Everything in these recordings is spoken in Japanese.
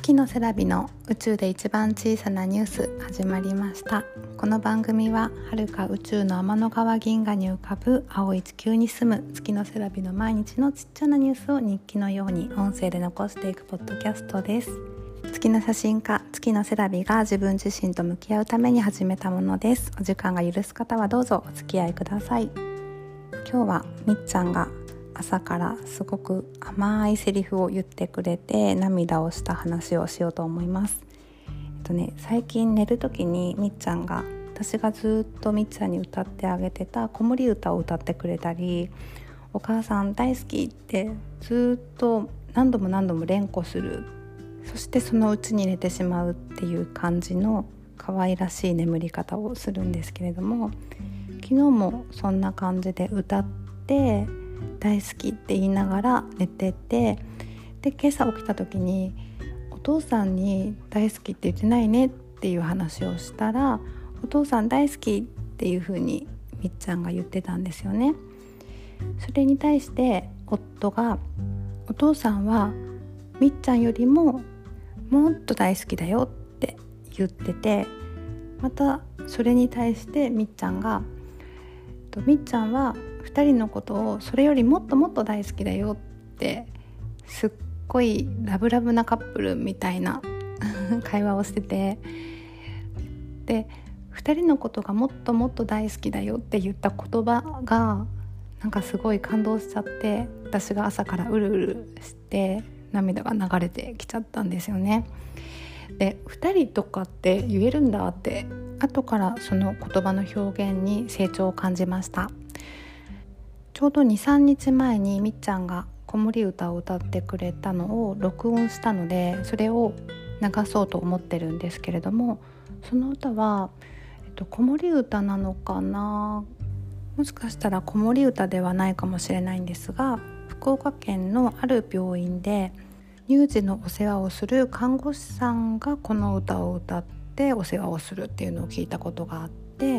月のセラビの宇宙で一番小さなニュース始まりました。この番組は遥か宇宙の天の川銀河に浮かぶ青い地球に住む月のセラビの毎日のちっちゃなニュースを日記のように音声で残していくポッドキャストです。月の写真家月のセラビが自分自身と向き合うために始めたものです。お時間が許す方はどうぞお付き合いください。今日はみっちゃんが朝からすごく甘いセリフを言ってくれて涙をした話をしようと思います。最近寝る時にみっちゃんが、私がずっとみっちゃんに歌ってあげてた子守歌を歌ってくれたり、お母さん大好きってずっと何度も連呼する。そしてそのうちに寝てしまうっていう感じの可愛らしい眠り方をするんですけれども、昨日もそんな感じで歌って大好きって言いながら寝てて、で今朝起きた時にお父さんに大好きって言ってないねっていう話をしたら、お父さん大好きっていう風にみっちゃんが言ってたんですよね。それに対して夫が、お父さんはみっちゃんよりももっと大好きだよって言ってて、またそれに対してみっちゃんが、みっちゃんは2人のことをそれよりもっともっと大好きだよって、すっごいラブラブなカップルみたいな会話をしてて、で2人のことがもっともっと大好きだよって言った言葉がなんかすごい感動しちゃって、私が朝からうるうるして涙が流れてきちゃったんですよね。で2人とかって言えるんだって後からその言葉の表現に成長を感じました。ちょうど 2,3 日前にみっちゃんが子守歌を歌ってくれたのを録音したので、それを流そうと思ってるんですけれども、その歌は、子守歌なのかな、もしかしたら子守歌ではないかもしれないんですが、福岡県のある病院で乳児のお世話をする看護師さんがこの歌を歌ってお世話をするっていうのを聞いたことがあって、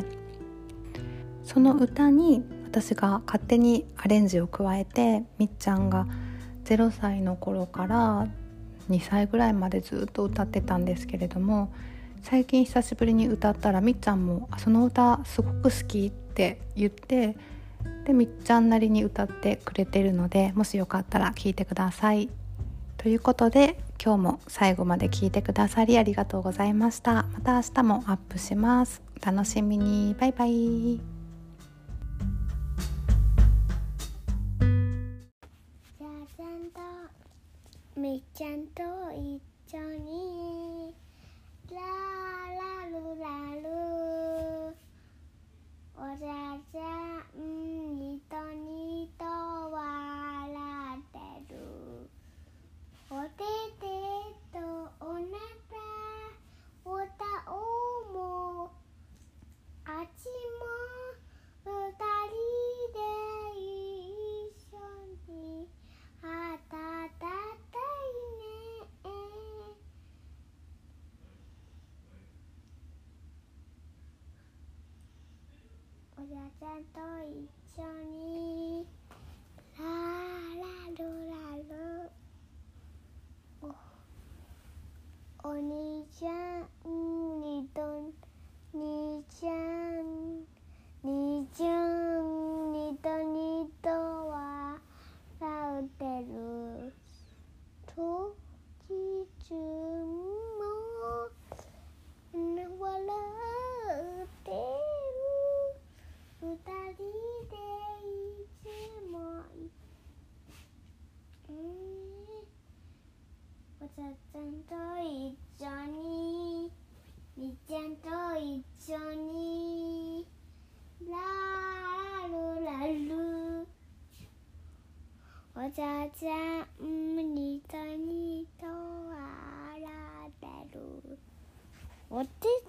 その歌に私が勝手にアレンジを加えて、みっちゃんが0歳の頃から2歳ぐらいまでずっと歌ってたんですけれども、最近久しぶりに歌ったらみっちゃんもその歌すごく好きって言って、でみっちゃんなりに歌ってくれてるので、もしよかったら聴いてください。ということで今日も最後まで聞いてくださりありがとうございました。また明日もアップします。お楽しみに。バイバイ。 みっちゃんと一緒にララルラル、おじゃじゃんにとにと笑ってる、おててとおなたおたおもあちも二人で一緒にあたたおじゃちゃんと一緒にララルラル、お兄ちゃんにと兄ちゃんにちゃんにとにと笑ってる、ときちゅんも笑ってる、二人でいつもおじゃちゃんと一緒にみっちゃんと一緒にラルラル、おじゃちゃんにとにと笑ってる、おて